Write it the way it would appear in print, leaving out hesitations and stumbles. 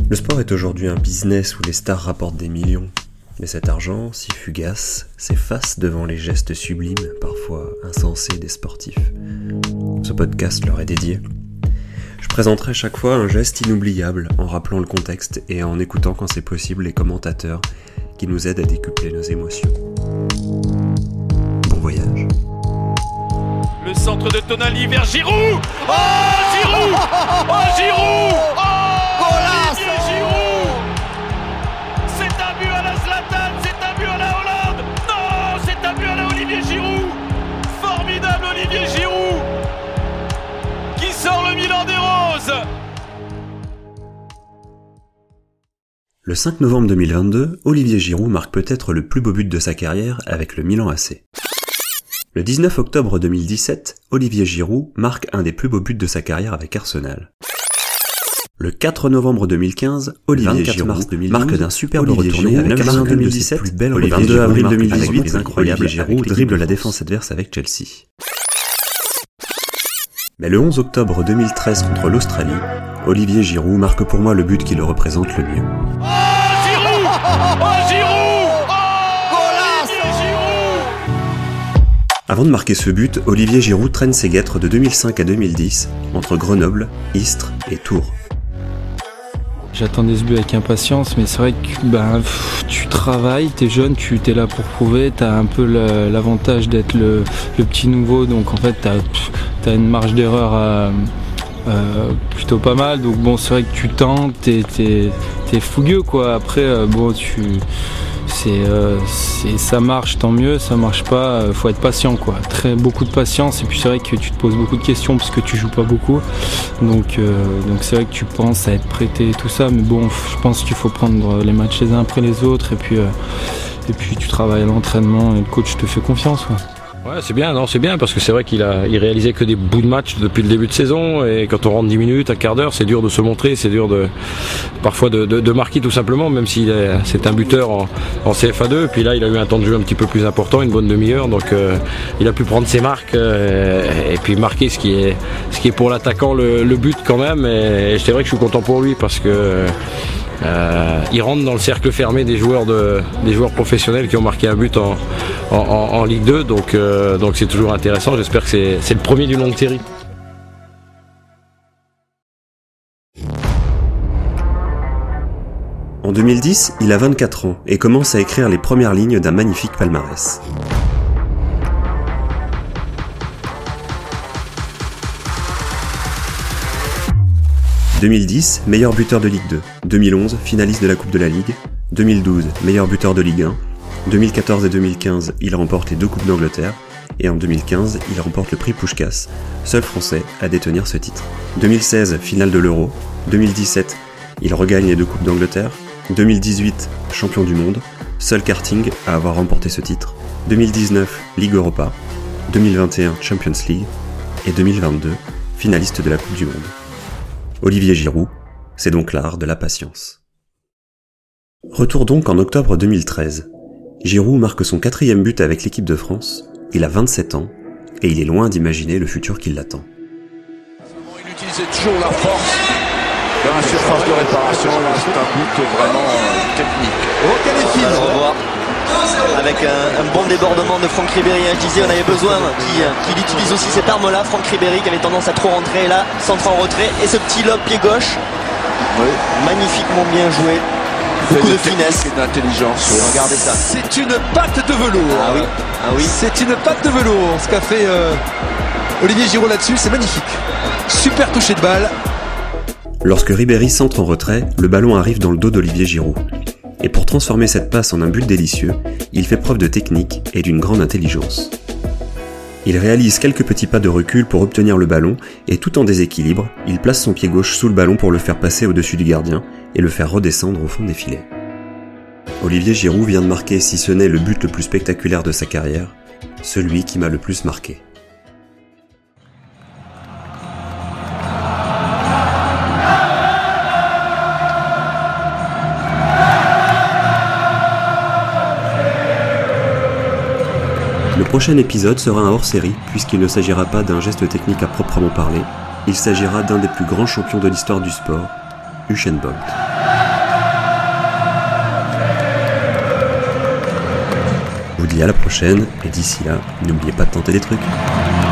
Le sport est aujourd'hui un business où les stars rapportent des millions. Mais cet argent, si fugace, s'efface devant les gestes sublimes, parfois insensés des sportifs. Ce podcast leur est dédié. Je présenterai chaque fois un geste inoubliable en rappelant le contexte et en écoutant quand c'est possible les commentateurs qui nous aident à décupler nos émotions. Bon voyage. Le centre de Tonali vers Giroud. Oh Giroud. Oh Giroud. Oh Olivier Giroud. C'est un but à la Zlatan, c'est un but à la Hollande. Non, c'est un but à la Olivier Giroud. Formidable Olivier Giroud qui sort le Milan des Roses. Le 5 novembre 2022, Olivier Giroud marque peut-être le plus beau but de sa carrière avec le Milan AC. Le 19 octobre 2017, Olivier Giroud marque un des plus beaux buts de sa carrière avec Arsenal. Le 4 novembre 2015, Olivier Giroud marque d'un superbe retourné avec Arsenal 2017, le 22 avril 2018, Olivier Giroud dribble la défense adverse avec Chelsea. Mais le 11 octobre 2013 contre l'Australie, Olivier Giroud marque pour moi le but qui le représente le mieux. Oh Giroud. Oh Giroud. Oh Olivier Giroud. Avant de marquer ce but, Olivier Giroud traîne ses guêtres de 2005 à 2010 entre Grenoble, Istres et Tours. J'attendais ce but avec impatience, mais c'est vrai que tu travailles, t'es jeune, t'es là pour prouver, t'as un peu l'avantage d'être le petit nouveau, donc en fait t'as une marge d'erreur plutôt pas mal, donc bon c'est vrai que tu tentes, t'es fougueux quoi, après ça marche tant mieux, ça marche pas, faut être patient quoi, beaucoup de patience, et puis c'est vrai que tu te poses beaucoup de questions parce que tu joues pas beaucoup, donc c'est vrai que tu penses à être prêté et tout ça, mais bon je pense qu'il faut prendre les matchs les uns après les autres, et puis tu travailles à l'entraînement et le coach te fait confiance quoi. Ouais, c'est bien parce que c'est vrai qu'il réalisait que des bouts de match depuis le début de saison, et quand on rentre 10 minutes, un quart d'heure, c'est dur de se montrer, c'est dur parfois de marquer tout simplement, même si c'est un buteur en CFA2, et puis là il a eu un temps de jeu un petit peu plus important, une bonne demi-heure, donc il a pu prendre ses marques et puis marquer ce qui est pour l'attaquant le but quand même, et c'est vrai que je suis content pour lui parce que il rentre dans le cercle fermé des joueurs professionnels qui ont marqué un but en Ligue 2, donc c'est toujours intéressant. J'espère que c'est le premier d'une longue série. En 2010, il a 24 ans et commence à écrire les premières lignes d'un magnifique palmarès. « 2010, meilleur buteur de Ligue 2. 2011, finaliste de la Coupe de la Ligue. 2012, meilleur buteur de Ligue 1. 2014 et 2015, il remporte les 2 Coupes d'Angleterre. Et en 2015, il remporte le prix Puskás, seul français à détenir ce titre. 2016, finale de l'Euro. 2017, il regagne les 2 Coupes d'Angleterre. 2018, champion du monde, seul karting à avoir remporté ce titre. 2019, Ligue Europa. 2021, Champions League. Et 2022, finaliste de la Coupe du monde. Olivier Giroud, c'est donc l'art de la patience. Retour donc en octobre 2013. Giroud marque son 4e but avec l'équipe de France, il a 27 ans, et il est loin d'imaginer le futur qui l'attend. Il utilisait toujours la force dans la surface de réparation, c'est un but vraiment technique. Oh, quel est le revoir avec un bon débordement de Franck Ribéry. Je disais, on avait besoin qu'il utilise aussi cette arme-là. Franck Ribéry qui avait tendance à trop rentrer, là, centre en retrait. Et ce petit lob pied gauche, oui. Magnifiquement bien joué. Beaucoup de finesse et d'intelligence. Oui, regardez ça. C'est une patte de velours. Ah oui. C'est une patte de velours. Ce qu'a fait Olivier Giroud là-dessus, c'est magnifique. Super touché de balle. Lorsque Ribéry centre en retrait, le ballon arrive dans le dos d'Olivier Giroud. Et pour transformer cette passe en un but délicieux, il fait preuve de technique et d'une grande intelligence. Il réalise quelques petits pas de recul pour obtenir le ballon, et tout en déséquilibre, il place son pied gauche sous le ballon pour le faire passer au-dessus du gardien et le faire redescendre au fond des filets. Olivier Giroud vient de marquer, si ce n'est le but le plus spectaculaire de sa carrière, celui qui m'a le plus marqué. Le prochain épisode sera un hors-série, puisqu'il ne s'agira pas d'un geste technique à proprement parler, il s'agira d'un des plus grands champions de l'histoire du sport, Usain Bolt. à la prochaine, et d'ici là, n'oubliez pas de tenter des trucs.